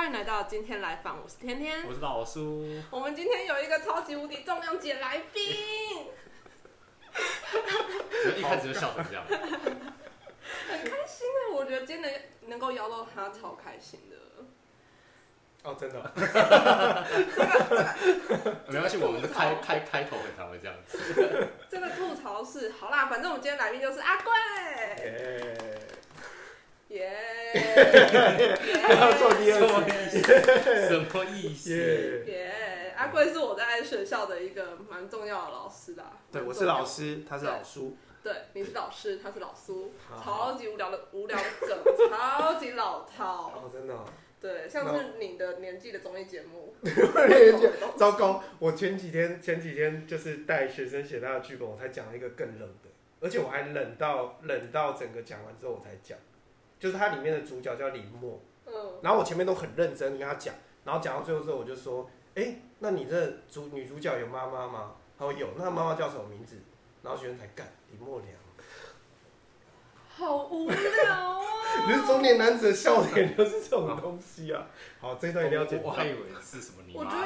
欢迎来到今天来访，我是天天， 我是老苏。 我们今天有一个超级无敌重量级的来宾， 一开始就笑成这样， 很开心啊！我觉得今天能够邀到他，超开心的。 哦，真的、哦， 没关系，我们的开头很常会这样子。 这个吐槽是好啦，反正我们今天来宾就是阿贵。耶！ 要做第二次，什么意思？ 耶！阿贵是我在学校的一个蛮重要的老师啦。 对，我是老师，他是老苏。 对，你是老师，他是老苏，超级无聊的梗，超级老套。 哦，真的、哦。 对，像是你的年纪的综艺节目。 糟糕！我前几天就是带学生写他的剧本，我才讲了一个更冷的，而且我还冷到整个讲完之后我才讲，就是它里面的主角叫林默，然后我前面都很认真跟他讲，然后讲到最后之后我就说，那你这女主角有妈妈吗？他说有，那妈妈叫什么名字？然后学生才干林默娘。 好无聊啊！ 你是中年男子的笑点就是这种东西啊！好，这一段一定要剪掉。 我还以为是什么你妈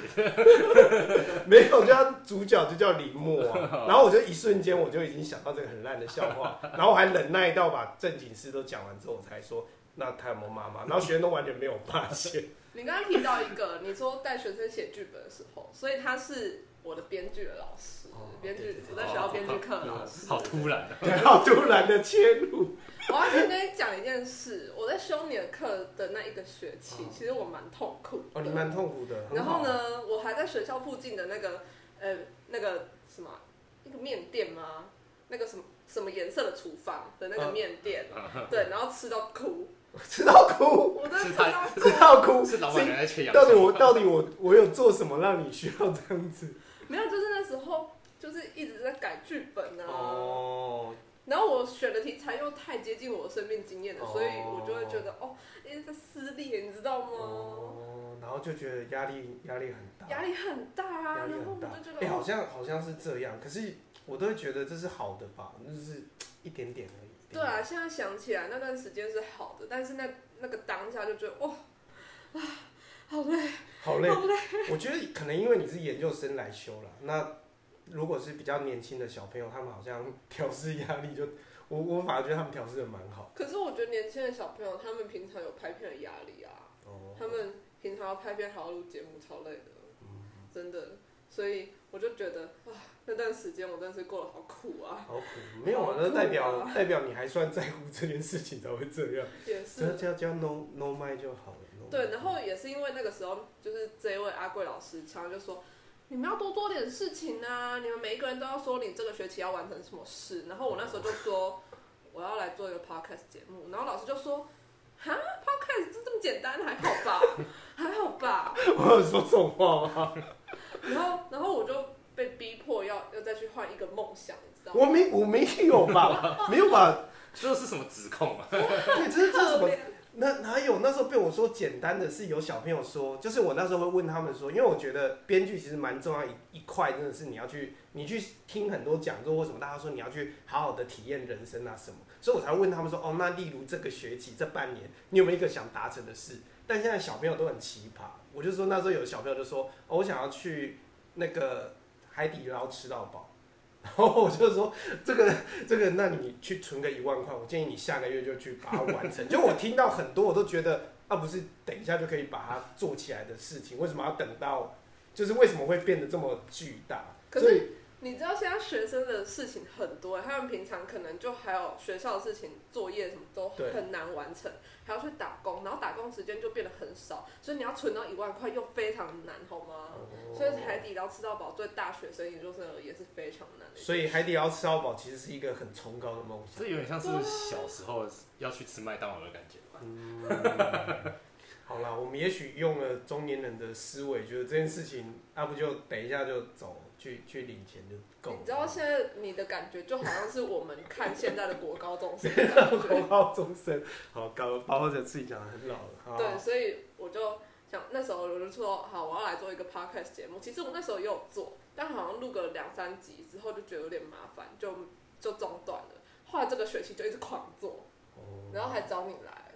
没有，就他主角就叫林默啊。然后我就一瞬间我就已经想到这个很烂的笑话，然后我还忍耐到把正经事都讲完之后，我才说那他有没有妈妈？然后学生都完全没有发现。 你刚刚提到一个，你说带学生写剧本的时候，所以他是我的编剧的老师，编剧我在学校编剧课的老师。 好突然的， 对，好突然的切入。 我要先跟你讲一件事，我在修你的课的那一个学期，其实我蛮痛苦的。 哦，你蛮痛苦的。 然后呢，我还在学校附近的那个什么一个面店吗？那个什么颜色的厨房的那个面店，对，然后吃到哭。 吃到哭， 我真的吃到哭， 是老板娘在切洋葱。到底我有做什么让你需要这样子？ 没有，就是那时候就是一直在改剧本啊。 哦。 然后我选的题材又太接近我的生命经验了，所以我就会觉得一直在撕裂，你知道吗？ 哦。然后就觉得压力很大。 压力很大啊，然后我就觉得好像是这样，可是我都会觉得这是好的吧，就是一点点而已。 对啊，现在想起来那段时间是好的，但是那个当下就觉得好累， 好累。我觉得可能因为你是研究生来修了，那如果是比较年轻的小朋友，他们好像调试压力就我反而觉得他们调试的蛮好。 可是我觉得年轻的小朋友他们平常有拍片的压力啊，他们平常要拍片还要录节目，超累的，真的。所以我就觉得那段时间我真的是过得好苦啊！ 好苦，没有啊，那代表你还算在乎这件事情才会这样。 也是， 只要 no mind 就好了。 对，然后也是因为那个时候，就是这一位阿贵老师常常就说，你们要多做点事情啊！你们每一个人都要说你这个学期要完成什么事。然后我那时候就说我要来做一个 podcast 节目，然后老师就说，podcast 这么简单，还好吧？还好吧？ 我有说这种话吗？ 然后我就被逼迫要再去换一个梦想，你知道吗？ 我没有吧？没有吧？ 这是什么指控啊？ 对，这是什么？哪有？那时候被我说简单的是有小朋友说，就是我那时候会问他们说，因为我觉得编剧其实蛮重要一块，真的是你去听很多讲座或什么，大家说你要去好好的体验人生啊什么，所以我才问他们说，那例如这个学期这半年，你有没有一个想达成的事？但现在小朋友都很奇葩，我就说那时候有的小朋友就说，我想要去那个海底捞吃到饱。然后我就说这个，那你去存个1万块，我建议你下个月就去把它完成。就我听到很多，我都觉得不是等一下就可以把它做起来的事情，为什么要等到？就是为什么会变得这么巨大？ 可是你知道现在学生的事情很多，他们平常可能就还有学校的事情、作业什么都很难完成，还要去打工，然后打工时间就变得很少，所以你要存到1万块又非常难，好吗？所以海底捞吃到饱对大学生、研究生而言是非常难的。 所以海底捞吃到饱其实是一个很崇高的梦想。 这有点像是小时候要去吃麦当劳的感觉吧。 好啦，我们也许用了中年人的思维，觉得这件事情不就等一下就走去领钱就够了。 你知道现在你的感觉就好像是我们看现在的国高中生国高中生，好高，包括自己讲的很老了。 对，所以我就想那时候我就说好，我要来做一个 podcast 节目。其实我那时候也有做，但好像录个2-3集之后就觉得有点麻烦，就中断了。后来这个学期就一直狂做，然后还找你来。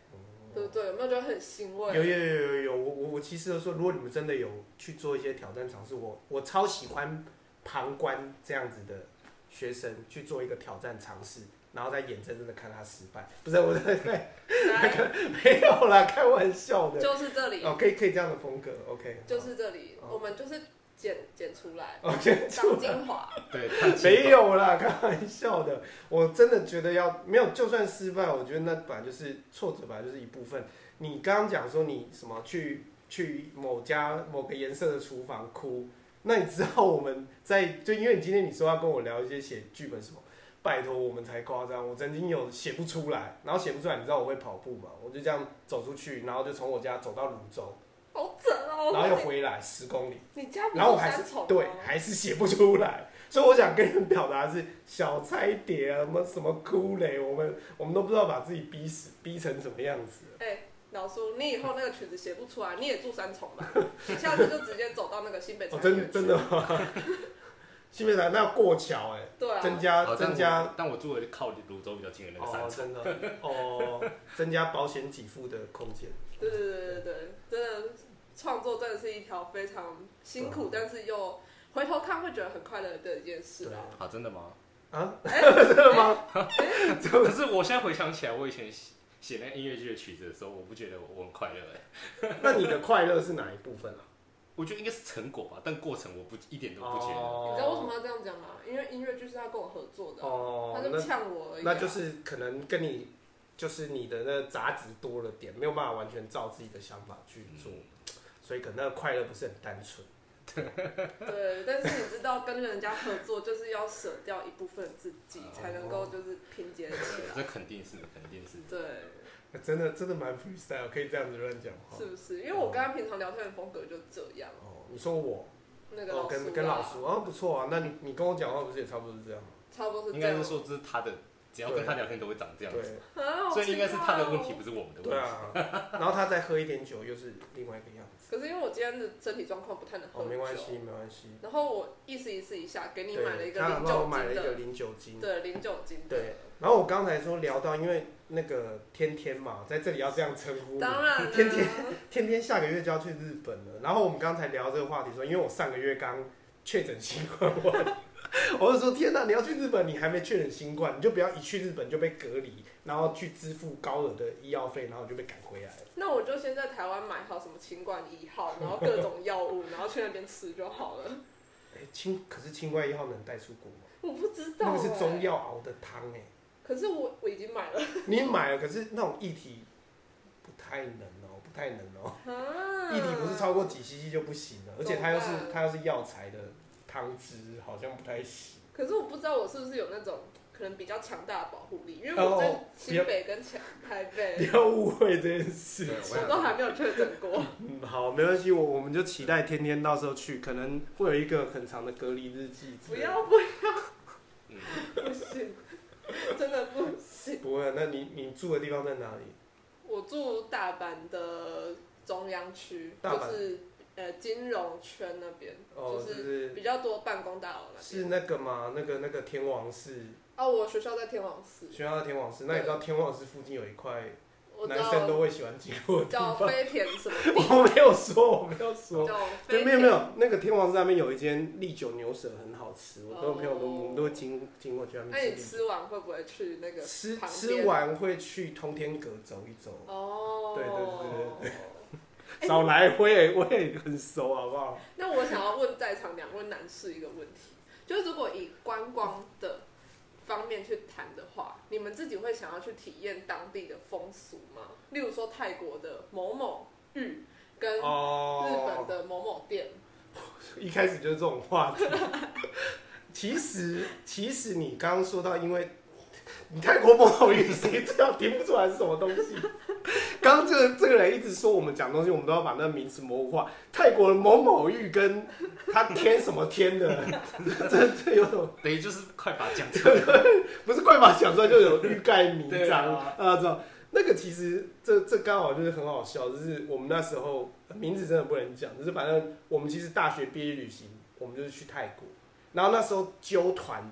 对不对？有没有觉得很欣慰？ 有，我其实说，如果你们真的有去做一些挑战尝试，我超喜欢旁观这样子的学生去做一个挑战尝试，然后再眼睁睁的看他失败。不是我没有啦，开玩笑的。 就是这里。 哦，可以这样的风格 ，OK。 就是这里，我们就是剪出来， 剪出当精华。 对， 没有啦，开玩笑的。我真的觉得没有，就算失败，我觉得那本来就是挫折，本来就是一部分。你刚刚讲说你什么去某个颜色的厨房哭，那你知道我们就因为你今天你说要跟我聊一些写剧本什么，拜托我们才夸张。我曾经有写不出来，然后写不出来，你知道我会跑步嘛？我就这样走出去，然后就从我家走到泸州， 好扯哦。 然后又回来10公里。 你家不是然后我还是 3重吗？ 对，还是写不出来。所以我想跟你们表达的是小菜碟啊，什么哭嘞，我们都不知道把自己逼成什么样子。 老苏，你以后那个曲子写不出来，你也住3重吧？你下次就直接走到那个新北产业区。 真的吗？新北产那要过桥对啊， 增加。 但我住的靠泸州比较近的那个3重。 真的增加保险给付的空间。 对，真的创作真的是一条非常辛苦，但是又回头看会觉得很快乐的一件事啊。 好，真的吗？ 真的吗？ 可是我现在回想起来，我以前写那音乐剧的曲子的时候，我不觉得我很快乐。 那你的快乐是哪一部分啊？ 我觉得应该是成果吧，但过程我一点都不觉得。 你知道为什么要这样讲吗？因为音乐剧是他跟我合作的，他就呛我而已。 那就是可能跟你就是你的那杂质多了点，没有办法完全照自己的想法去做，所以可能那个快乐不是很单纯。 对，但是你知道跟人家合作就是要舍掉一部分自己，才能够就是拼接起来。 这肯定是。 对。 真的蛮 freestyle， 可以这样子乱讲话。 是不是？因为我跟他平常聊天的风格就这样。 你说我那个老苏跟老苏不错啊。那你跟我讲话不是也差不多是这样吗？ 差不多是这样。 应该是说这是他的，只要跟他聊天都会长这样子。 对。 所以应该是他的问题，不是我们的问题。 对啊。然后他再喝一点酒，又是另外一个样子。 可是因为我今天的身体状况不太能喝酒。 没关系。 然后我意思一下，给你买了一个零酒精的。 对，零酒精的。 对。然后我刚才说聊到，因为那个天嘛，在这里要这样称呼。 当然。 天下个月就要去日本了。然后我们刚才聊这个话题说，因为我上个月刚确诊新冠我就说天哪，你要去日本，你还没确诊新冠，你就不要一去日本就被隔离，然后去支付高额的医药费，然后就被赶回来了。 那我就先在台湾买好什么清冠1号，然后各种药物，然后去那边吃就好了。 可是清冠1号能带出国吗？ 我不知道。 那个是中药熬的汤可是我已经买了。 你买了，可是那种液体不太能哦。液体不是超过几 cc 就不行了，而且它又是药材的汤汁，好像不太行。 可是我不知道我是不是有那种可能比较强大的保护力，因为我在新北跟台北。 不要误会这件事， 我都还没有确诊过。 好，没关系，我们就期待天到时候去，可能会有一个很长的隔离日记。 不要。不行。真的不行。 不会，那你住的地方在哪里？ 我住大阪的中央区，就是金融圈那边，就是比较多办公大楼那边。 是那个吗？那个天王寺。 我学校在天王寺。 学校在天王寺，那你知道天王寺附近有一块男生都会喜欢经过的地方， 叫飞田什么？ 我没有说。对，没有，那个天王寺那边有一间利久牛舌很好吃，我跟我朋友我们都会经过去那边吃。 那你吃完会不会去那个吃完会去通天阁走一走。对。少来，我也很熟，好不好？ 那我想要问在场2位男士一个问题，就是如果以观光的方面去谈的话，你们自己会想要去体验当地的风俗吗？例如说泰国的某某浴跟日本的某某店。 一开始就是这种话题。其实你刚刚说到，因为你泰国某某浴，谁知道听不出来是什么东西？刚刚这个人一直说我们讲东西，我们都要把那个名词模糊化。泰国的某某浴跟他天什么天的，这有种等于就是快把讲出来， 不是快把讲出来就有欲盖弥彰知道那个其实这刚好就是很好笑，就是我们那时候名字真的不能讲，就是反正我们其实大学毕业旅行，我们就是去泰国，然后那时候揪团的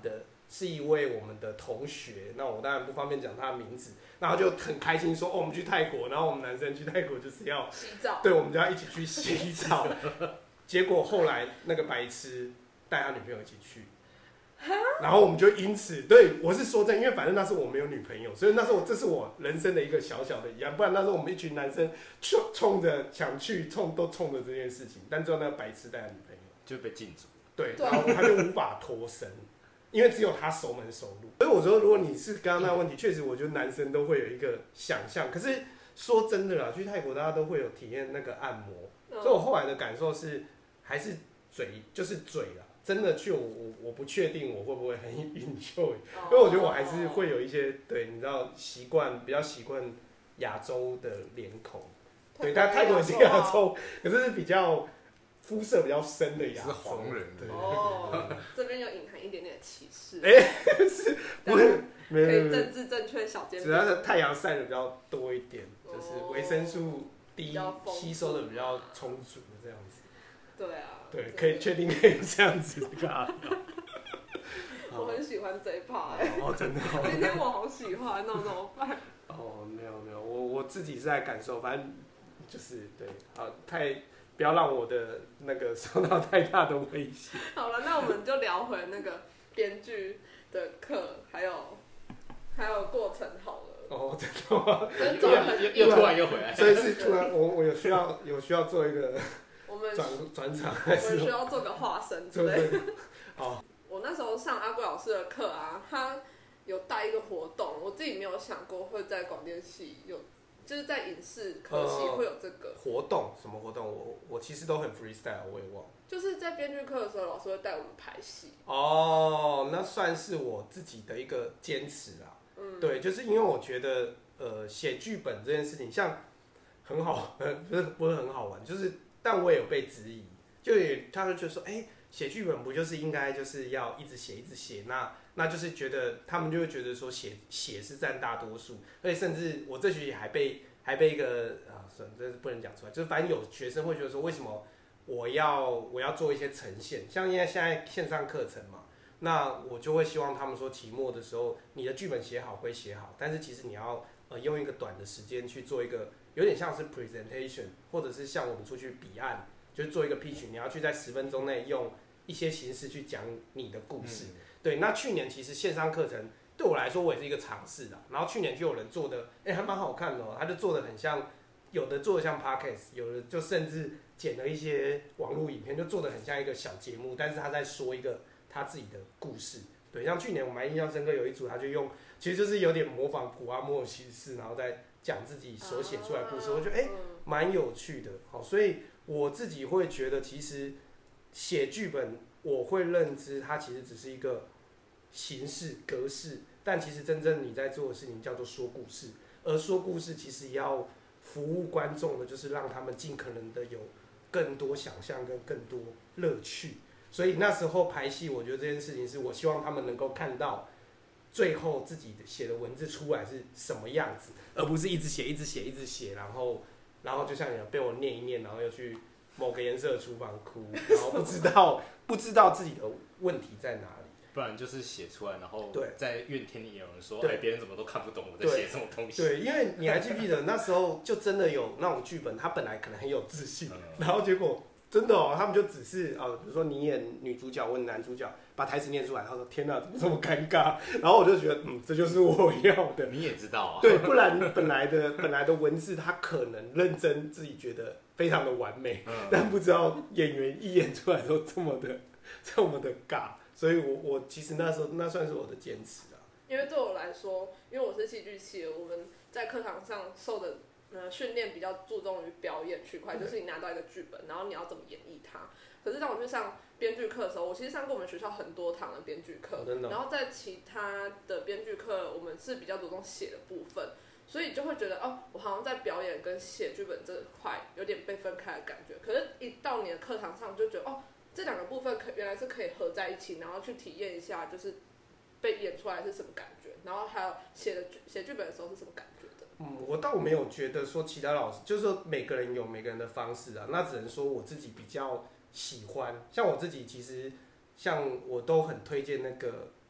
是一位我们的同学，那我当然不方便讲他的名字，然后就很开心说，哦，我们去泰国，然后我们男生去泰国就是要洗澡， 对，我们就要一起去洗澡。结果后来那个白痴带他女朋友一起去，然后我们就因此，对我是说真的，因为反正那时候我没有女朋友，所以那时候这是我人生的一个小小的遗憾，不然那时候我们一群男生冲着想去都冲着这件事情，但最后那个白痴带他女朋友就被禁足。 对，然后他就无法脱身。因为只有他熟门熟路，所以我说，如果你是刚刚那个问题，确实我觉得男生都会有一个想象。可是说真的啦，去泰国大家都会有体验那个按摩，所以我后来的感受是，还是就是嘴啦。真的去我不确定我会不会很enjoy，因为我觉得我还是会有一些对，你知道比较习惯亚洲的脸孔，对，但泰国也是亚洲，可是比较。肤色比较深的亚洲， 是黄人对哦，这边有隐含一点点歧视。 是不是？ 可以政治正确小尖兵。 主要是太阳晒的比较多一点，就是维生素 D 吸收的比较充足的这样子。 对啊。 对，可以确定可以这样子的。 我很喜欢这一趴哦，真的。 今天我好喜欢，那怎么办？ 哦，没有，我自己是在感受，反正就是对，好不要让我的那个受到太大的威胁。 好了，那我们就聊回那个编剧的课，还有过程好了。 哦，真的吗？ 又突然又回来。 所以是突然，我有需要做一个我们转场， 我们需要做个化身之类的。 好， 我那时候上阿贵老师的课啊，他有带一个活动，我自己没有想过会在广电系有。就是在影视科系会有这个活动，什么活动？我其实都很 freestyle， 我也忘了。 就是在编剧课的时候，老师会带我们排戏。 哦，那算是我自己的一个坚持啦。对，就是因为我觉得，写剧本这件事情，像很好，不是很好玩，就是但我也有被质疑，他们就说，写剧本不就是应该就是要一直写，那就是觉得他们就会觉得说写是占大多数，而且甚至我这学期还被一个算了，这是不能讲出来，就是反正有学生会觉得说，为什么我要做一些呈现，像因为现在线上课程嘛，那我就会希望他们说期末的时候，你的剧本写好归写好，但是其实你要用一个短的时间去做一个有点像是 presentation， 或者是像我们出去彼岸，就是做一个 pitch， 你要去在10分钟内用一些形式去讲你的故事。对，那去年其实线上课程对我来说，我也是一个尝试啦。然后去年就有人做的，还蛮好看的他就做的很像，有的做的像 podcast， 有的就甚至剪了一些网络影片，就做的很像一个小节目，但是他在说一个他自己的故事。对，像去年我蛮印象深刻，有一组他就用，其实就是有点模仿古阿莫的形式，然后再讲自己所写出来的故事，我觉得蛮有趣的。好，所以我自己会觉得，其实写剧本。我会认知它其实只是一个形式格式，但其实真正你在做的事情叫做说故事，而说故事其实要服务观众的，就是让他们尽可能的有更多想象跟更多乐趣。所以那时候排戏，我觉得这件事情是我希望他们能够看到最后自己写的文字出来是什么样子，而不是一直写，然后就像你被我念一念，然后又去某个颜色的厨房哭，然后不知道自己的问题在哪里， 不然就是写出来，然后在怨天里有人说，别人怎么都看不懂我在写什么东西。 对，因为你还记不记得那时候就真的有那种剧本，他本来可能很有自信，然后结果真的他们就只是比如说你演女主角问男主角，把台词念出来，他说天哪，怎么这么尴尬？然后我就觉得这就是我要的。 你也知道啊， 对，不然本来的文字他可能认真自己觉得非常的完美，但不知道演员一演出来都这么的尬，所以我其实那时候那算是我的坚持啊。 因为对我来说，因为我是戏剧系的，我们在课堂上受的训练比较注重于表演区块，就是你拿到一个剧本，然后你要怎么演绎它。可是当我去上编剧课的时候，我其实上过我们学校很多堂的编剧课，然后在其他的编剧课，我们是比较着重写的部分。所以就会觉得我好像在表演跟写剧本这块有点被分开的感觉。可是，一到你的课堂上，就觉得这两个部分原来是可以合在一起，然后去体验一下，就是被演出来是什么感觉，然后还有写剧本的时候是什么感觉的。 我倒没有觉得说其他老师，就是说每个人有每个人的方式啊，那只能说我自己比较喜欢。像我自己其实，像我都很推荐那个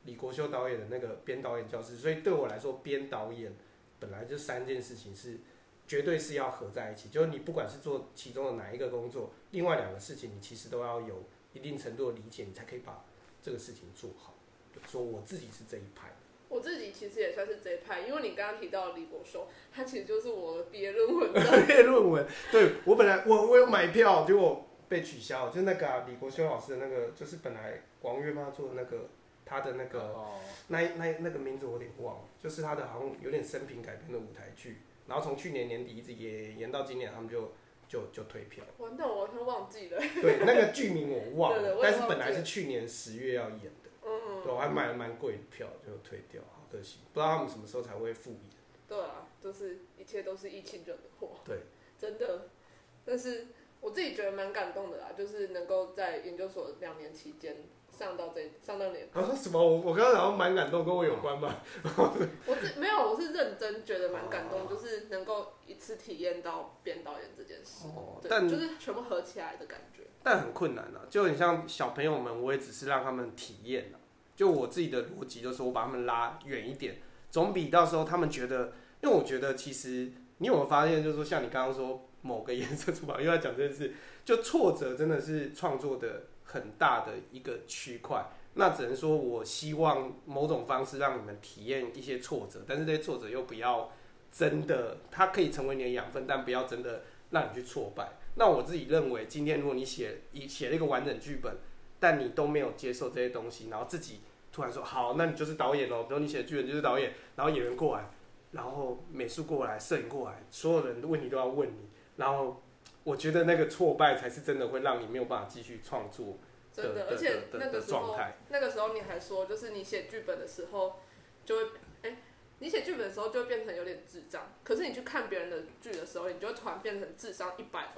李国修导演的那个编导演教室，所以对我来说，编导演本来就3件事情是绝对是要合在一起，就是你不管是做其中的哪一个工作，另外2个事情你其实都要有一定程度的理解，你才可以把这个事情做好。说我自己是这一派。 我自己其实也算是这一派，因为你刚刚提到的李国修，他其实就是我的毕业论文的毕业论文。对，我本来我有买票，结果被取消，就那个李国修老师的那个，就是本来王月妈做的那个，他的那个、那个名字我有点忘了，就是他的好像有点生平改编的舞台剧，然后从去年年底一直演到今年，他们就退票。 完蛋，我完全忘记了。 对，那个剧名我忘了， 对但是本来是去年10月要演的。对，我还买了蛮贵的票，就退掉，好可惜，不知道他们什么时候才会复演。 对啊，就是一切都是疫情惹的祸。 对， 真的。但是我自己觉得蛮感动的啦，就是能够在研究所2年期间上到年。 他说什么？我刚刚好像蛮感动，跟我有关吗？ 没有，我是认真觉得蛮感动，就是能够一次体验到编导演这件事。但就是全部合起来的感觉。 但很困难啊，就很像小朋友们，我也只是让他们体验啊。就我自己的逻辑就是我把他们拉远一点，总比到时候他们觉得，因为我觉得其实你有没有发现，就是说像你刚刚说某个颜色出版又要讲这件事，就挫折真的是创作的很大的一个区块。那只能说我希望某种方式让你们体验一些挫折，但是这些挫折又不要真的，它可以成为你的养分，但不要真的让你去挫败。那我自己认为，今天如果你写了一个完整剧本，但你都没有接受这些东西，然后自己突然说好，那你就是导演哦，比如你写的剧本就是导演，然后演员过来，然后美术过来，摄影过来，所有人的问题都要问你，然后我觉得那个挫败才是真的会让你没有办法继续创作真的，而且那个时候你还说，就是你写剧本的时候就会，你写剧本的时候就会变成有点智障，可是你去看别人的剧的时候，你就会突然变成智商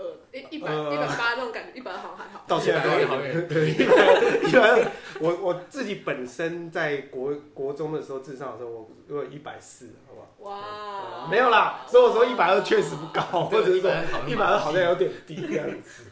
120、180那种感觉，120好像还好。 到现在都还好，对，120。我自己本身在国中的时候智商的时候，我有140，好不好？ 哇， 没有啦，所以我说120确实不高，或者是说120好像有点低这样子。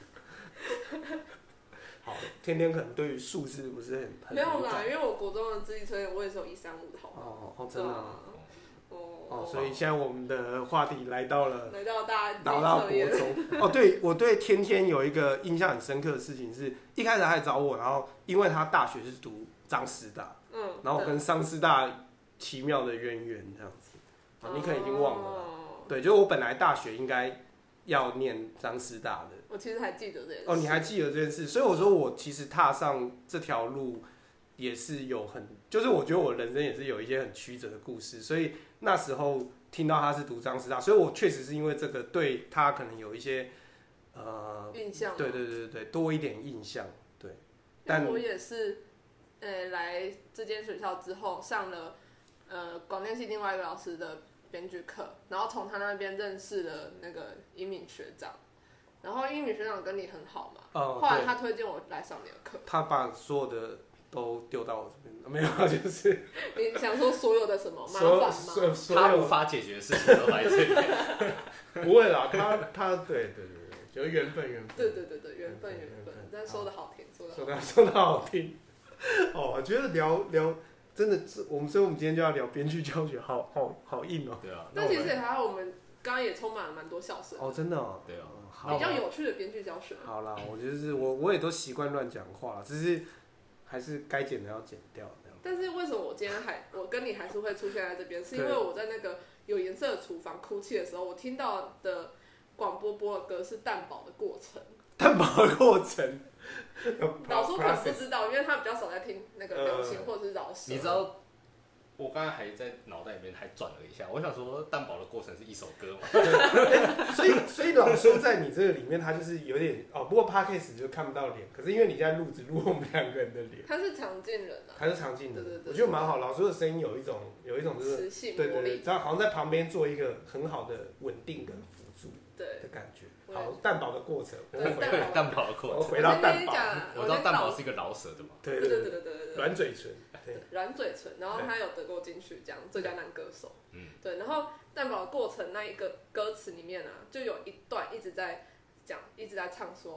好，天天可能对于数字不是很没有啦，因为我国中的智力测验我也是有135的，好吗？ 哦，真的吗？所以现在我们的话题来到大家国中。哦，对，我对天天有一个印象很深刻的事情是，一开始他来找我，然后因为他大学是读彰师大，然后跟彰师大奇妙的渊源这样子，你可能已经忘了，对，就是我本来大学应该要念彰师大的， 我其实还记得这件事。 哦，你还记得这件事，所以我说我其实踏上这条路也是有就是我觉得我人生也是有一些很曲折的故事，所以那时候听到他是读彰师大，所以我确实是因为这个对他可能有一些印象， 对，多一点印象，对。 但我也是，来这间学校之后上了广电系另外一个老师的编剧课，然后从他那边认识了那个英敏学长，然后英敏学长跟你很好嘛，后来他推荐我来上你的课， 他把所有的都丢到我这边，没有，就是你想说所有的什么麻烦吗？ 他无法解决的事情都来这里。 不会啦，他对，就缘分， 对，缘分，但说的好听， 说的好听。哦，我觉得聊真的，所以我们今天就要聊编剧教学，好硬哦。 对啊， 但其实还好，我们刚刚也充满了蛮多笑声。 哦，真的哦。 对啊， 比较有趣的编剧教学。 好啦，我也都习惯乱讲话，只是还是该剪的要剪掉。 但是为什么我今天我跟你还是会出现在这边？是因为我在那个有颜色的厨房哭泣的时候，我听到的广播的歌是蛋堡的过程。 蛋堡的过程。 老叔可能不知道，因为他比较少在听那个流行或者是饶舌。 你知道，我刚才还在脑袋里面还转了一下，我想说蛋堡的过程是一首歌嘛？ 所以老叔在你这个里面，他就是有点哦。不过 podcast 就看不到脸，可是因为你现在录我们2个人的脸。 他是常见人啊。 他是常见人， 对， 我觉得蛮好。老叔的声音有一种就是磁性对，这样好像在旁边做一个很好的稳定跟辅助的感觉。好，蛋堡的过程， 蛋堡的过程， 我回到蛋堡。 我知道蛋堡是一个饶舌的嘛。 对，软嘴唇， 软嘴唇，然后他有得过金曲奖最佳男歌手。对，然后蛋堡的过程那一个歌词里面啊，就有一段一直在讲，一直在唱说，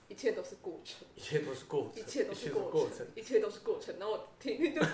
一切都是过程， 一切都是过程， 一切都是过程，一切都是过程。然后我听听就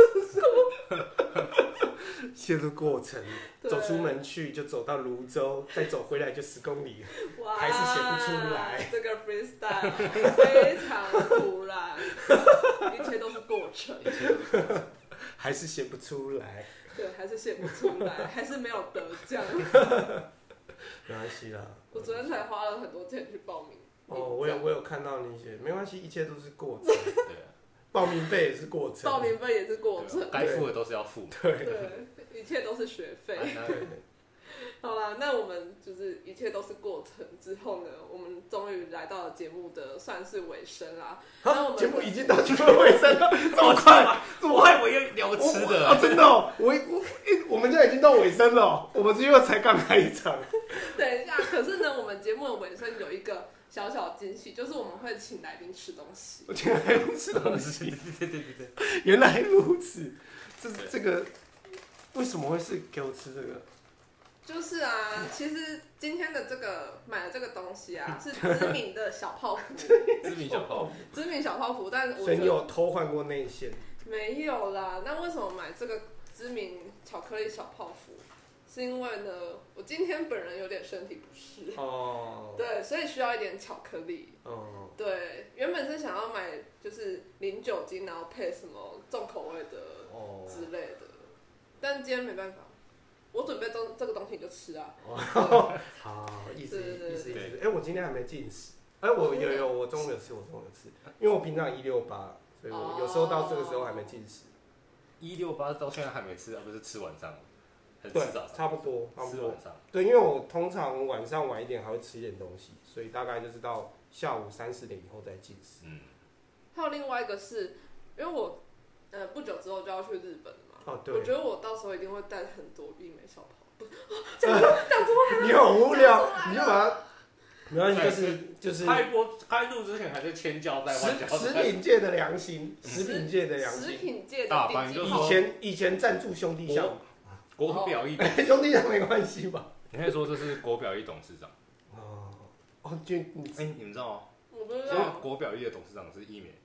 一切都是过程，走出门去就走到泸州，再走回来就10公里，还是写不出来。 这个 freestyle 非常突然，一切都是过程， 还是写不出来。 对，还是写不出来，还是没有得奖。 没关系啦， 我昨天才花了很多钱去报名。 我有看到那些，没关系，一切都是过程。对，报名费也是过程， 报名费也是过程， 该付的都是要付。 对，一切都是学费。好啦，那我们就是一切都是过程之后呢，我们终于来到了节目的算是尾声啦。那我们节目已经到节目尾声了，这么快？ 我还以为要聊吃的啊！真的哦，我们现在已经到尾声了，我们只有才刚开一场。 等一下，可是呢，我们节目的尾声有一个小小惊喜，就是我们会请来宾吃东西。 我请来宾吃东西， 对， 原来如此。这个为什么会是给我吃这个？ 就是啊，其实今天的这个买的这个东西啊，是知名的小泡芙， 知名小泡芙， 知名小泡芙，但我所以你有偷换过内馅？ 没有啦。那为什么买这个知名巧克力小泡芙？是因为呢，我今天本人有点身体不适哦，对，所以需要一点巧克力哦。对，原本是想要买就是零酒精，然后配什么重口味的之类的，但今天没办法。我准备这个东西就吃啊。 好，意思。哎，我今天还没进食。哎，我有，我中午有吃，因为我平常168，所以我有时候到这个时候还没进食。 168到现在还没吃，不是吃晚上，还是吃早上？ 差不多。 吃晚上。 对，因为我通常晚上晚一点还会吃一点东西，所以大概就是到下午3、4点以后再进食。 还有另外一个是，因为我不久之后就要去日本了。 哦，对， 我觉得我到时候一定会带很多玉美小泡芙。讲出来， 你很无聊，你就把它，没关系，就是开录之前还是千交代万交代。 食品界的良心，食品界的以前赞助兄弟象， 国表一兄弟象没关系吧？ 你可以说这是国表一董事长。 你们知道吗？ 我不知道。 国表一的董事长是一美。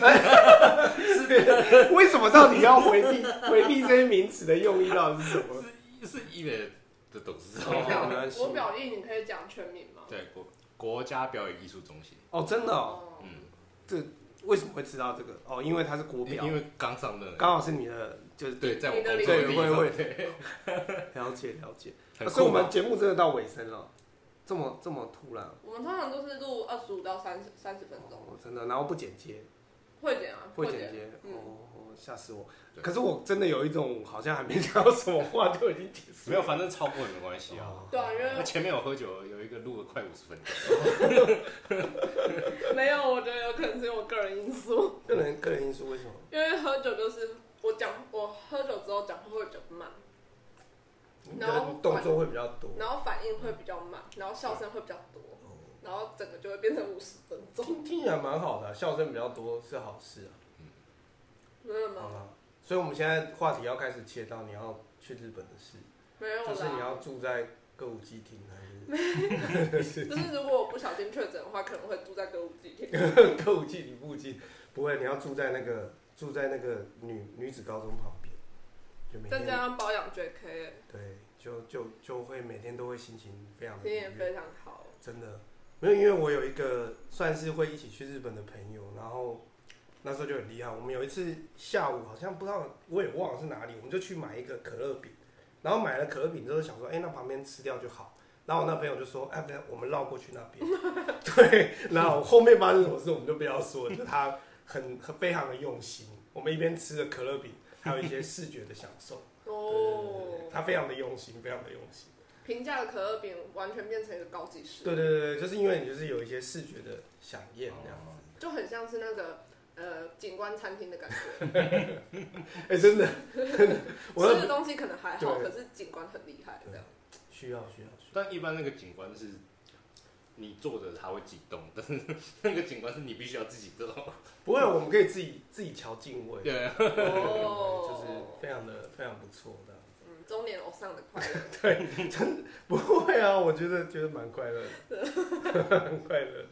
为什么到底要回避这些名词的用意到底是什么？ 是医美的董事长。 国表艺你可以讲全名吗？ 对，国家表演艺术中心。 哦，真的哦。这为什么会知道这个？哦，因为它是国表。 因为刚上任， 刚好是你的，就是对，在我工作的地方。 了解。所以我们节目真的到尾声了。这么突然？ 我们通常都是录25到30分钟。 真的，然后不剪接。 会剪啊， 会剪接。吓死我！可是我真的有一种好像还没讲到什么话就已经结束。 没有，反正超过也没关系啊。 对啊，因为前面有喝酒，有一个录了快50分钟。 没有，我觉得有可能是因为我个人因素。 个人因素为什么？ 因为喝酒就是我喝酒之后讲话会比较慢， 然后动作会比较多， 然后反应会比较慢，然后笑声会比较多。然后整个就会变成50分钟， 听起来蛮好的，笑声比较多是好事啊。 真的吗？ 所以我们现在话题要开始切到你要去日本的事， 没有啦， 就是你要住在歌舞伎町还是？就是如果我不小心确诊的话，可能会住在歌舞伎町。 歌舞伎町附近不会，你要住在那个女子高中旁边， 再加上保养 JK， 对，就会每天都会心情非常非常好， 真的。没有，因为我有一个算是会一起去日本的朋友，然后那时候就很厉害。我们有一次下午好像不知道，我也忘了是哪里，我们就去买一个可乐饼，然后买了可乐饼之后想说，那旁边吃掉就好。然后我那朋友就说，等下我们绕过去那边。对，然后后面发生什么事我们就不要说了，就他非常的用心。我们一边吃着可乐饼，还有一些视觉的享受。对，他非常的用心，非常的用心。 平价的可乐饼完全变成一个高级式。 对，就是因为你就是有一些视觉的飨宴这样子， 就很像是那个景观餐厅的感觉。 真的， 吃的东西可能还好，可是景观很厉害，这样。 需要。 但一般那个景观是你坐着它会启动，但是那个景观是你必须要自己做。 不会，我们可以自己调敬畏。 对， 就是非常不错的。 中年偶像的快乐。 对，真不会啊，我觉得蛮快乐的，很快乐。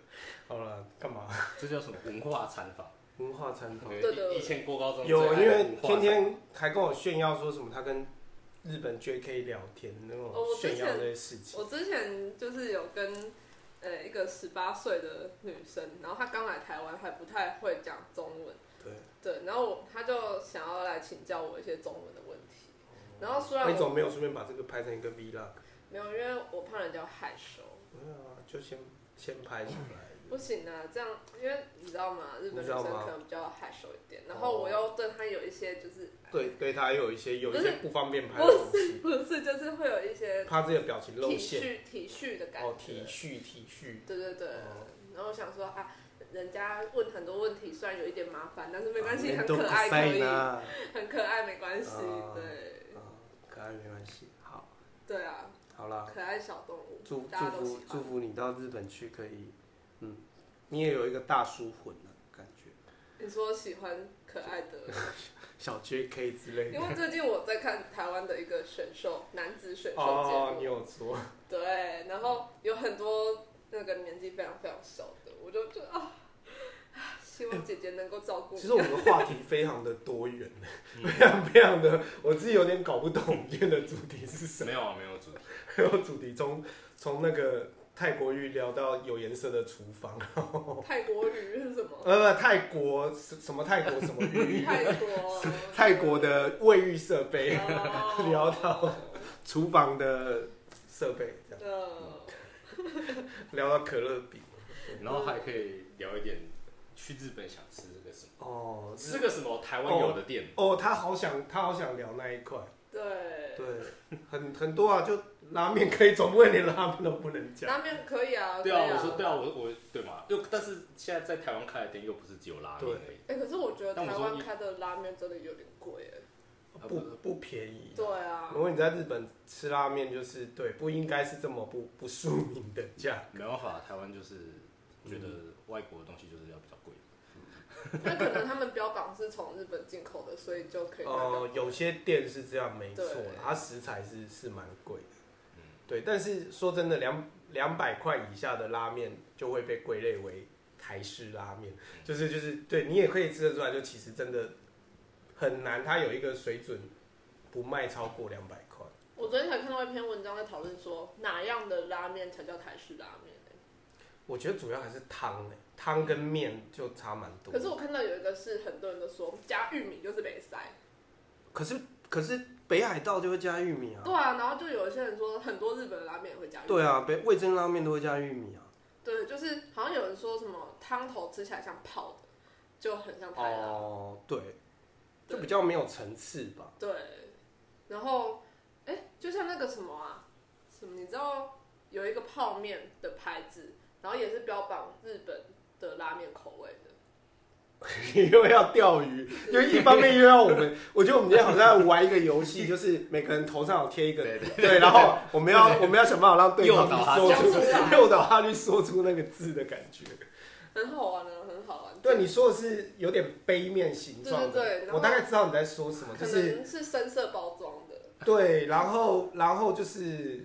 好了，干嘛？ 这叫什么文化参访？ 文化参访。 对以前国高中有，因为最爱的文化天天还跟我炫耀说什么他跟日本 JK 聊天那种炫耀这些事情。 我之前就是有跟一个18岁的女生，然后她刚来台湾还不太会讲中文，对，然后她就想要来请教我一些中文的问题，然后虽然你怎么没有顺便把这个拍成一个 Vlog？ 没有，因为我怕人家害羞。 没有啊，就先拍出来。 不行啊，这样，因为你知道吗？日本女生可能比较害羞一点，然后我又对她有一些就是对她有一些不方便拍的东西， 不是，就是会有一些怕自己的表情露馅， 体恤的感觉。 体恤， 对。然后我想说啊，人家问很多问题，虽然有一点麻烦，但是没关系，很可爱，可以，很可爱，没关系，对。 可爱没关系，好。 对啊。 好啦， 可爱小动物， 祝福你到日本去可以，你也有一个大叔魂的感觉。 你说喜欢可爱的小 JK 之类的。 因为最近我在看台湾的一个选秀男子选秀节目， 你有说。 对，然后有很多那个年纪非常非常小的，我就觉得希望姐姐能够照顾。 其实我们的话题非常的多元，非常的，我自己有点搞不懂今天的主题是什么。 没有主题， 没有主题，从那个泰国浴聊到有颜色的厨房。 泰国浴是什么？ 泰国什么泰国什么浴？泰国的卫浴设备，聊到厨房的设备，这样。聊到可乐饼， 然后还可以聊一点去日本想吃这个什么， 吃个什么台湾有的店。 他好想聊那一块。 对， 很多啊，就拉面可以，总不会连拉面都不能讲。 拉面可以啊。 对啊，我说对啊，我对嘛，但是现在在台湾开的店又不是只有拉面而已。 可是我觉得台湾开的拉面真的有点贵不便宜。 对啊。 如果你在日本吃拉面，就是不应该是这么不庶民的价格。 没办法，台湾就是觉得外国的东西就是要比较贵。 那可能他们标榜是从日本进口的，所以就可以。 有些店是这样，没错，它食材是蛮贵的。对，但是说真的，200块以下的拉面就会被归类为台式拉面，就是对你也可以吃得出来，就其实真的很难，它有一个水准不卖超过200块。 我昨天才看到一篇文章在讨论说，哪样的拉面才叫台式拉面我觉得主要还是汤跟面就差蛮多。 可是我看到有一个是很多人都说加玉米就是没塞。 可是北海道就会加玉米啊。 对啊，然后就有一些人说很多日本的拉面也会加玉米。 对啊，味噌拉面都会加玉米啊。 对，就是好像有人说什么汤头吃起来像泡的，就很像台拉。 对，就比较没有层次吧。 对，然后就像那个什么啊，什么你知道有一个泡面的牌子，然后也是标榜日本的拉面口味的。 又要钓鱼，就一方面又要我们，我觉得我们今天好像要玩一个游戏，就是每个人头上有贴一个，对，然后我们要想办法让对方诱导他去说出那个字的感觉， 很好玩的，很好玩。 对，你说的是有点杯面形状的， 对， 我大概知道你在说什么， 可能是深色包装的。 对，然后就是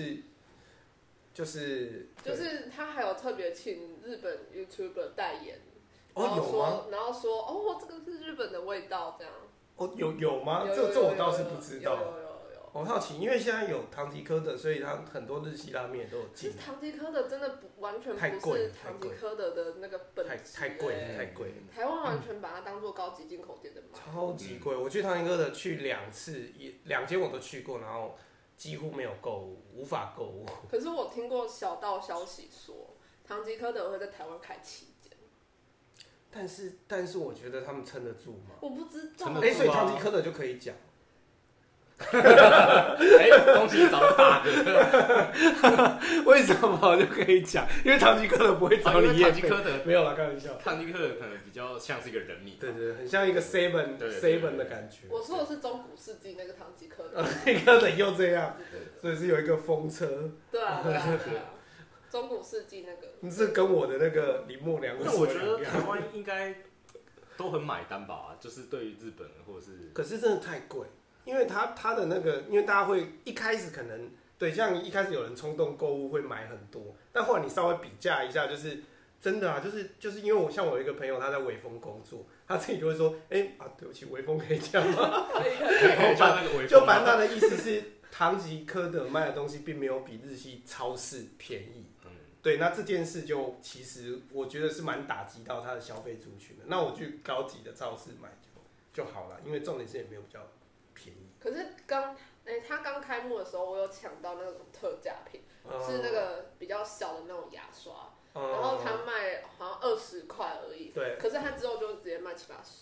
他还有特别请日本 YouTuber 代言。 有吗？ 然后说这个是日本的味道，这样。 有吗？这我倒是不知道。 有。 我好奇，因为现在有唐吉诃德，所以他很多日系拉面都有进。 其实唐吉诃德真的完全不是唐吉诃德的那个本质。 太贵。 台湾完全把它当做高级进口店的卖。 超级贵！我去唐吉诃德去2次，2间我都去过，然后几乎没有购物，无法购物。 可是我听过小道消息说，唐吉诃德会在台湾开7间。 但是我觉得他们撑得住吗？ 我不知道。 所以唐吉诃德就可以讲。 恭喜找大哥。 为什么就可以讲？因为唐吉诃德不会找你业配。 唐吉诃德没有啦，开玩笑。 唐吉诃德可能比较像是一个人名。 对，很像一个 seven 的感觉。 我说的是中古世纪那个唐吉诃德。 唐吉诃德又这样，所以是有一个风车。 对啊。中古世纪那个， 是跟我的那个林默良。 那我觉得台湾应该都很买单吧，就是对于日本或者是。 可是真的太贵，因为他的那个，因为大家会一开始可能对，像一开始有人冲动购物会买很多，但后来你稍微比价一下，就是真的啊，就是因为我有一个朋友他在微风工作，他自己就会说，对不起，微风可以这样吗？ 可以就反正他的意思是，唐吉诃德卖的东西并没有比日系超市便宜。对，那这件事就其实我觉得是蛮打击到他的消费族群的。那我去高级的超市买就好了，因为重点是也没有比较便宜。 可是他刚开幕的时候，我有抢到那种特价品，是那个比较小的那种牙刷，然后他卖好像20块而已。 对。 可是他之后就直接卖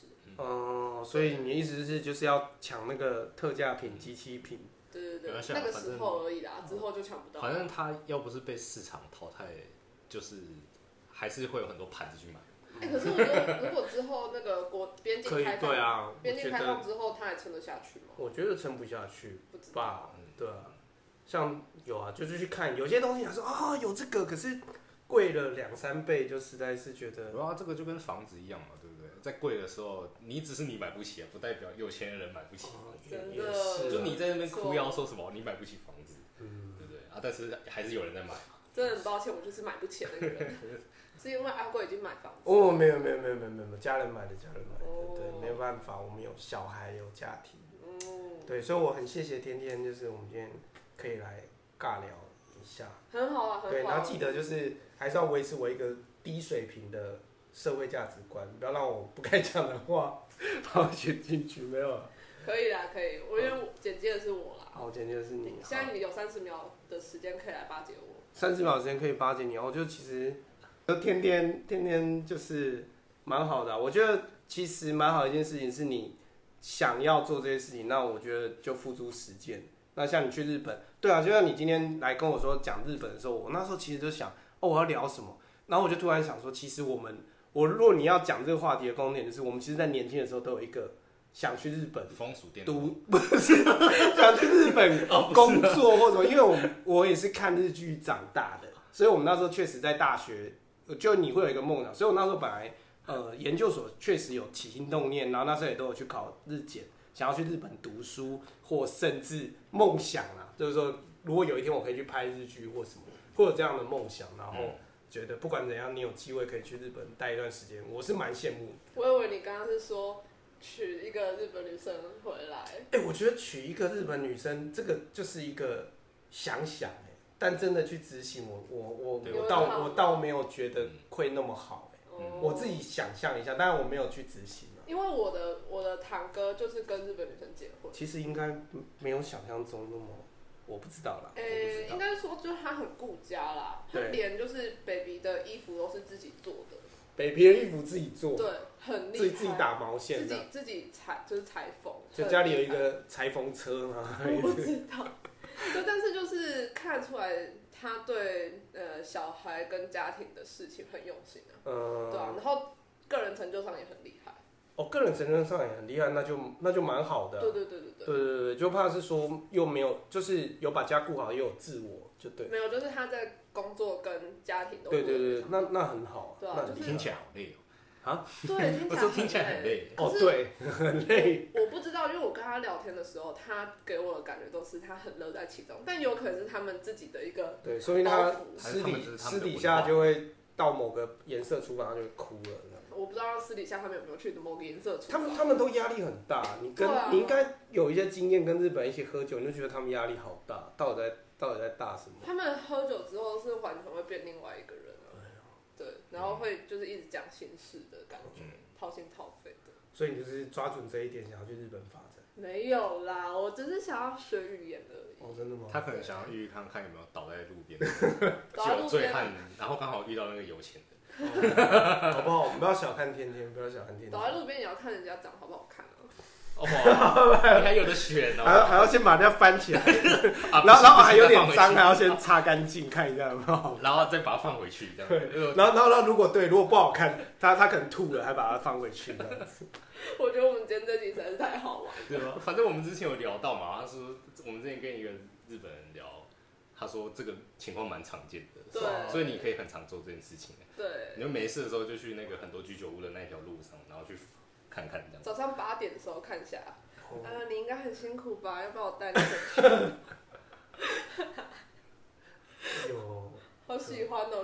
70-80。 所以你的意思是就是要抢那个特价品、机器品？ 对，那个时候而已啦，之后就抢不到。 反正他要不是被市场淘汰，就是还是会有很多盘子去买。 可是我觉得如果之后那个边境开放， 对啊， 边境开放之后，他还撑得下去吗？ 我觉得撑不下去， 不知吧？对啊，像有啊，就是去看有些东西，他说有这个，可是贵了2-3倍，就实在是觉得。 然后这个就跟房子一样嘛，对不对？在贵的时候，只是你买不起，不代表有钱人买不起。 真的， 就你在那边哭腰说什么你买不起房子，对不对？但是还是有人在买。 真的很抱歉，我就是买不起的那个人。是因为阿贵已经买房子。 没有，家人买的，对，没有办法，我们有小孩，有家庭。对，所以我很谢谢天天，就是我们今天可以来尬聊一下。 很好啊，很好。 对，然后记得就是还是要维持我一个低水平的社会价值观，不要让我不该讲的话把我剪进去，没有啊。 可以啦，可以，因为剪接的是我啦。 好，剪接的是你。 现在你有30秒的时间可以来巴结我。 30秒的时间可以巴结你，就其实天天就是蛮好的我觉得其实蛮好的一件事情是你想要做这些事情，那我觉得就付诸实践。那像你去日本，对啊，就像你今天来跟我说讲日本的时候，我那时候其实就想，我要聊什么，然后我就突然想说，其实如果你要讲这个话题的共同点，就是我们其实在年轻的时候都有一个想去日本风俗店不是想去日本工作或者因为我也是看日剧长大的，所以我们那时候确实在大学，就你会有一个梦想，所以我那时候本来研究所确实有起心动念，然后那时候也都有去考日检，想要去日本读书，或甚至梦想啦，就是说如果有一天我可以去拍日剧或什么，会有这样的梦想，然后觉得不管怎样，你有机会可以去日本待一段时间，我是蛮羡慕的。 我以为你刚刚是说娶一个日本女生回来。 我觉得娶一个日本女生，这个就是一个想想但真的去执行，我倒没有觉得会那么好我自己想象一下，当然我没有去执行因为我的堂哥就是跟日本女生结婚。 其实应该没有想象中那么，我不知道啦。 应该说就是他很顾家啦，他连就是 baby 的衣服都是自己做的。 baby 的衣服自己做， 对，很厉害。 自己打毛线的， 自己就是裁缝。 就家里有一个裁缝车吗？ 我不知道。对，但是就是看出来他对小孩跟家庭的事情很用心对啊，然后个人成就上也很厉害。 个人成就上也很厉害，那就蛮好的。对，就怕是说又没有，就是有把家顾好，又有自我，就对。 没有，就是他在工作跟家庭都对，那很好。 对啊， 听起来好累对， 听起来很累。 对，很累。 我不知道，因为我跟他聊天的时候，他给我的感觉都是他很乐在其中，但有可能是他们自己的一个对，所以他私底下就会到某个颜色出发，他就会哭了。 我不知道私底下他们有没有去某个颜色出发。 他们都压力很大，你应该有一些经验，跟日本一起喝酒，你就觉得他们压力好大，到底在大什么？ 他们喝酒之后是完全会变另外一个人对，然后会就是一直讲心事的感觉，掏心掏肺的。 所以你就是抓准这一点，想要去日本发展？ 没有啦，我只是想要学语言而已。 真的吗？ 他可能想要遇看有没有倒在路边酒醉汉，然后刚好遇到那个有钱的。 好不好？不要小看天天，不要小看天天。 倒在路边也要看人家长好不好看你还有的选还要先把人家翻起来，然后还有点脏，还要先擦干净看一下有没有， 然后再把它放回去这样。 对，然后如果不好看，他可能吐了，还把它放回去这样子。 我觉得我们今天这集实在是太好玩了。 对吧？反正我们之前有聊到嘛，他说我们之前跟一个日本人聊，他说这个情况蛮常见的， 对， 所以你可以很常做这件事情。 对， 你就没事的时候就去那个很多居酒屋的那条路上，然后去看看这样。 早上8点的时候看一下，你应该很辛苦吧？要不要我带你回去？ 有， 好喜欢哦！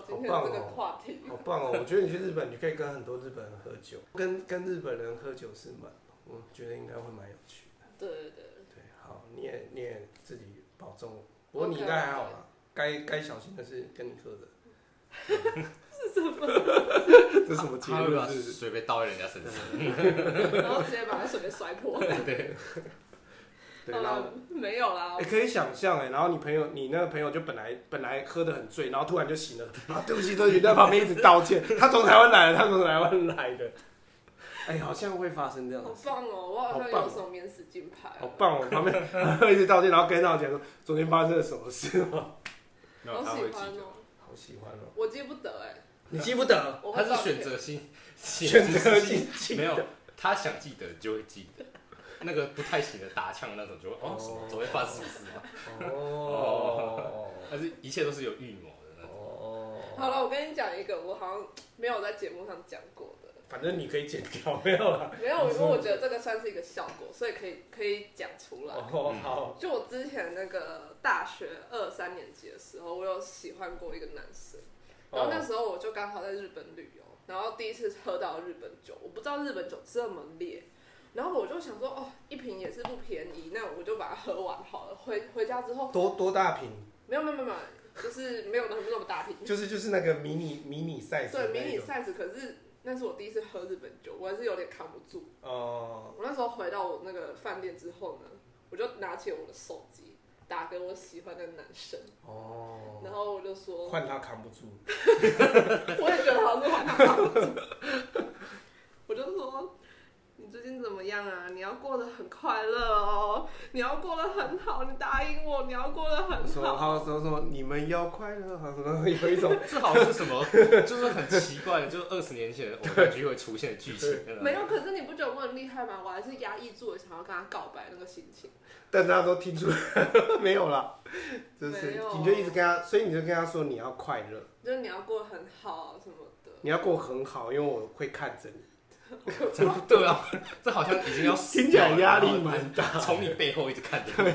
今天的这个话题。 好棒哦！我觉得你去日本，你可以跟很多日本人喝酒，跟日本人喝酒是我觉得应该会蛮有趣的。对，好，你也自己保重。不过你应该还好啦，该小心的是跟你喝的。 是什么？ 这是什么结论？ 他会把水杯倒在人家身上， 然后直接把他水杯摔破。 对。 对，然后没有啦。 可以想象然后你那个朋友就本来喝得很醉，然后突然就醒了，对不起，在旁边一直道歉，他从台湾来的，好像会发生这样的事。 好棒哦！我好像有什么免死金牌。 好棒哦！旁边一直道歉，然后跟他讲说昨天发生了什么事吗？ 没有，他会记得。 好喜欢哦！ 我记不得你记不得？ 他是选择性没有，他想记得就会记得。那个不太行的打枪那种就怎么会发生什么事吗？但是一切都是有预谋的那种。 好了，我跟你讲一个，我好像没有在节目上讲过的。 反正你可以剪掉，没有啦。 没有，因为我觉得这个算是一个效果，所以可以讲出来。 好。 就我之前那个大学2、3年级的时候，我有喜欢过一个男生，然后那时候我就刚好在日本旅游，然后第一次喝到日本酒，我不知道日本酒这么烈。然后我就想说，一瓶也是不便宜，那我就把它喝完好了。回家之后， 多大瓶？ 没有，就是没有那么大瓶。 就是那个迷你 size。 对，迷你 size， 可是那是我第一次喝日本酒，我还是有点扛不住。我那时候回到我那个饭店之后呢，我就拿起我的手机打给我喜欢的男生。然后我就说， 换他扛不住。 我也觉得好像是换他扛不住。我就说。你最近怎么样啊？你要过得很快乐哦，你要过得很好，你答应我，你要过得很好。 说你们要快乐，有一种这好像是什么，就是很奇怪的，就是20年前偶像剧会出现的剧情。 没有，可是你不觉得我很厉害吗？我还是压抑住了想要跟他告白那个心情。 但大家都听出来没有啦，就是你就一直跟他，所以你就跟他说你要快乐， 就是你要过得很好什么的。 你要过很好，因为我会看着你。 对啊，这好像已经要听起来压力蛮大， 从你背后一直看着你。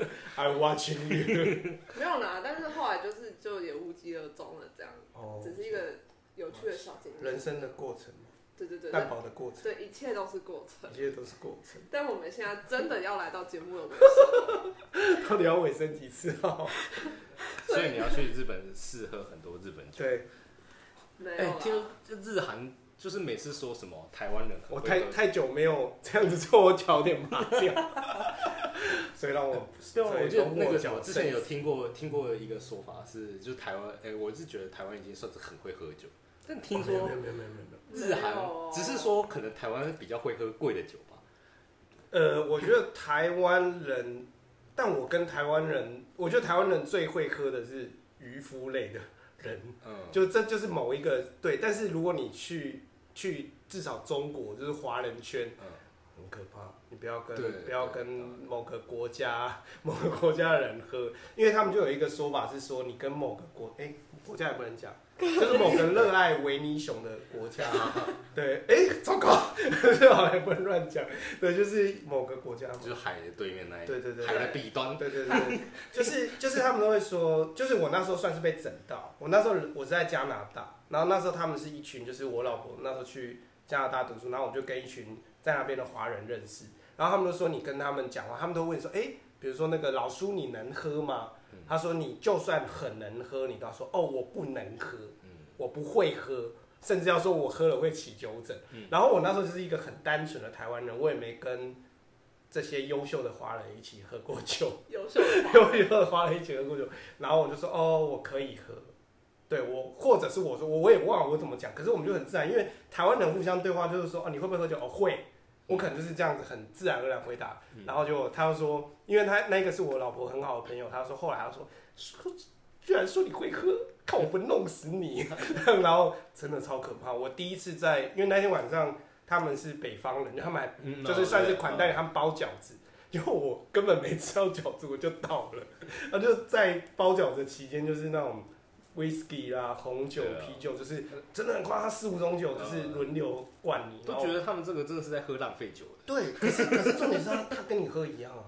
I'm watching you。 没有啦，但是后来就也无疾而终了，这样。只是一个有趣的小经历。 人生的过程。 对， 淡薄的过程。 对，一切都是过程。 一切都是过程。 但我们现在真的要来到节目的尾声。 到底要尾声几次哦？ 所以你要去日本试喝很多日本酒。 对。 没有啦。 听日韩。就是每次说什么台湾人， 我太久没有这样子做，我脚有点麻掉，所以让我对啊，我记得那个我之前有听过一个说法是，就是台湾，我是觉得台湾已经算是很会喝酒，但听说没有日韩只是说可能台湾比较会喝贵的酒吧。 我觉得台湾人，但我跟台湾人，我觉得台湾人最会喝的是渔夫类的人，就这就是某一个对，但是如果你去至少中国就是华人圈，很可怕。你不要跟某个国家的人喝，因为他们就有一个说法是说，你跟某个国家也不能讲，就是某个热爱维尼熊的国家，对，糟糕，这好像不能乱讲，对，就是某个国家， 就是海的对面那一， 对， 海的彼端， 对，就是他们都会说，就是我那时候算是被整到，我那时候我是在加拿大。然后那时候他们是一群，就是我老婆那时候去加拿大读书，然后我就跟一群在那边的华人认识，然后他们就说你跟他们讲话，他们都问说，比如说那个老叔你能喝吗？他说你就算很能喝，你都要说我不能喝，我不会喝，甚至要说我喝了会起酒疹。然后我那时候就是一个很单纯的台湾人，我也没跟这些优秀的华人一起喝过酒，优秀的华人一起喝过酒，然后我就说我可以喝。对或者是我说我也忘了我怎么讲，可是我们就很自然，因为台湾人互相对话就是说你会不会喝酒？会，我可能就是这样子很自然而然回答。然后他就说，因为他那个是我老婆很好的朋友，他说后来他说居然说你会喝，看我不弄死你，然后真的超可怕。我第一次因为那天晚上他们是北方人，他们还就是算是款待他们包饺子。因为我根本没吃到饺子我就到了，他就在包饺子的期间就是那种。whisky 啦、红酒、啤酒，就是真的很夸张，4、5种酒就是轮流灌你。 都觉得他们这个真的是在喝浪费酒的。 对，可是重点是他跟你喝一样啊。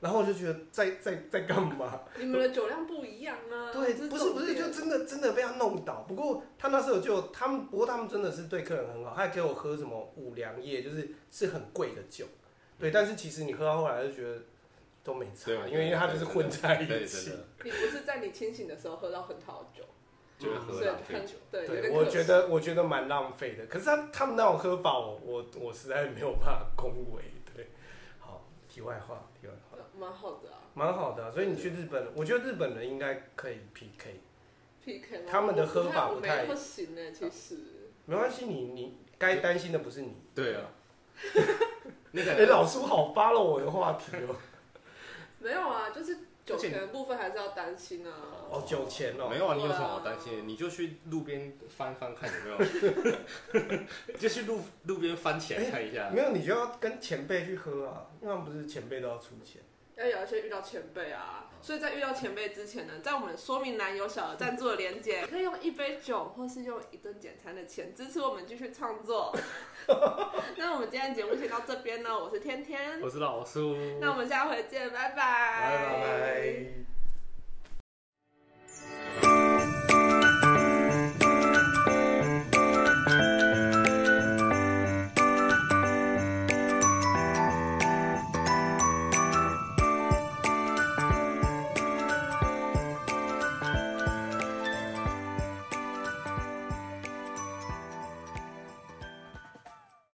然后我就觉得在干嘛？ 你们的酒量不一样啊。 对，不是，就真的被他弄倒。不过他那时候不过他们真的是对客人很好，他还给我喝什么五粮液，是很贵的酒。对，但是其实你喝到后来就觉得都没差，因为它就是混在一起。 你不是在你清醒的时候喝到很好的酒， 就是喝浪费酒。 对， 我觉得蛮浪费的。可是他们那种喝法，我实在没有办法恭维。对，好，题外话， 蛮好的啊， 蛮好的啊。所以你去日本，我觉得日本人应该可以 PK 吗？ 他们的喝法不太行呢，其实没关系，你该担心的不是你。 对啊。 老苏好follow我的话题哦。 没有啊，就是酒钱的部分还是要担心啊。 哦，酒钱哦。 没有啊，你有什么好担心的？你就去路边翻翻看有没有，就去路边翻起来看一下。 没有，你就要跟前辈去喝啊，因为他们不是前辈都要出钱。 要有一些遇到前辈啊，所以在遇到前辈之前呢，在我们说明栏有小额赞助的连结，可以用一杯酒或是用一顿简餐的钱支持我们继续创作。那我们今天节目先到这边呢，我是天天， 我是老苏， 那我们下回见，拜拜， 拜拜。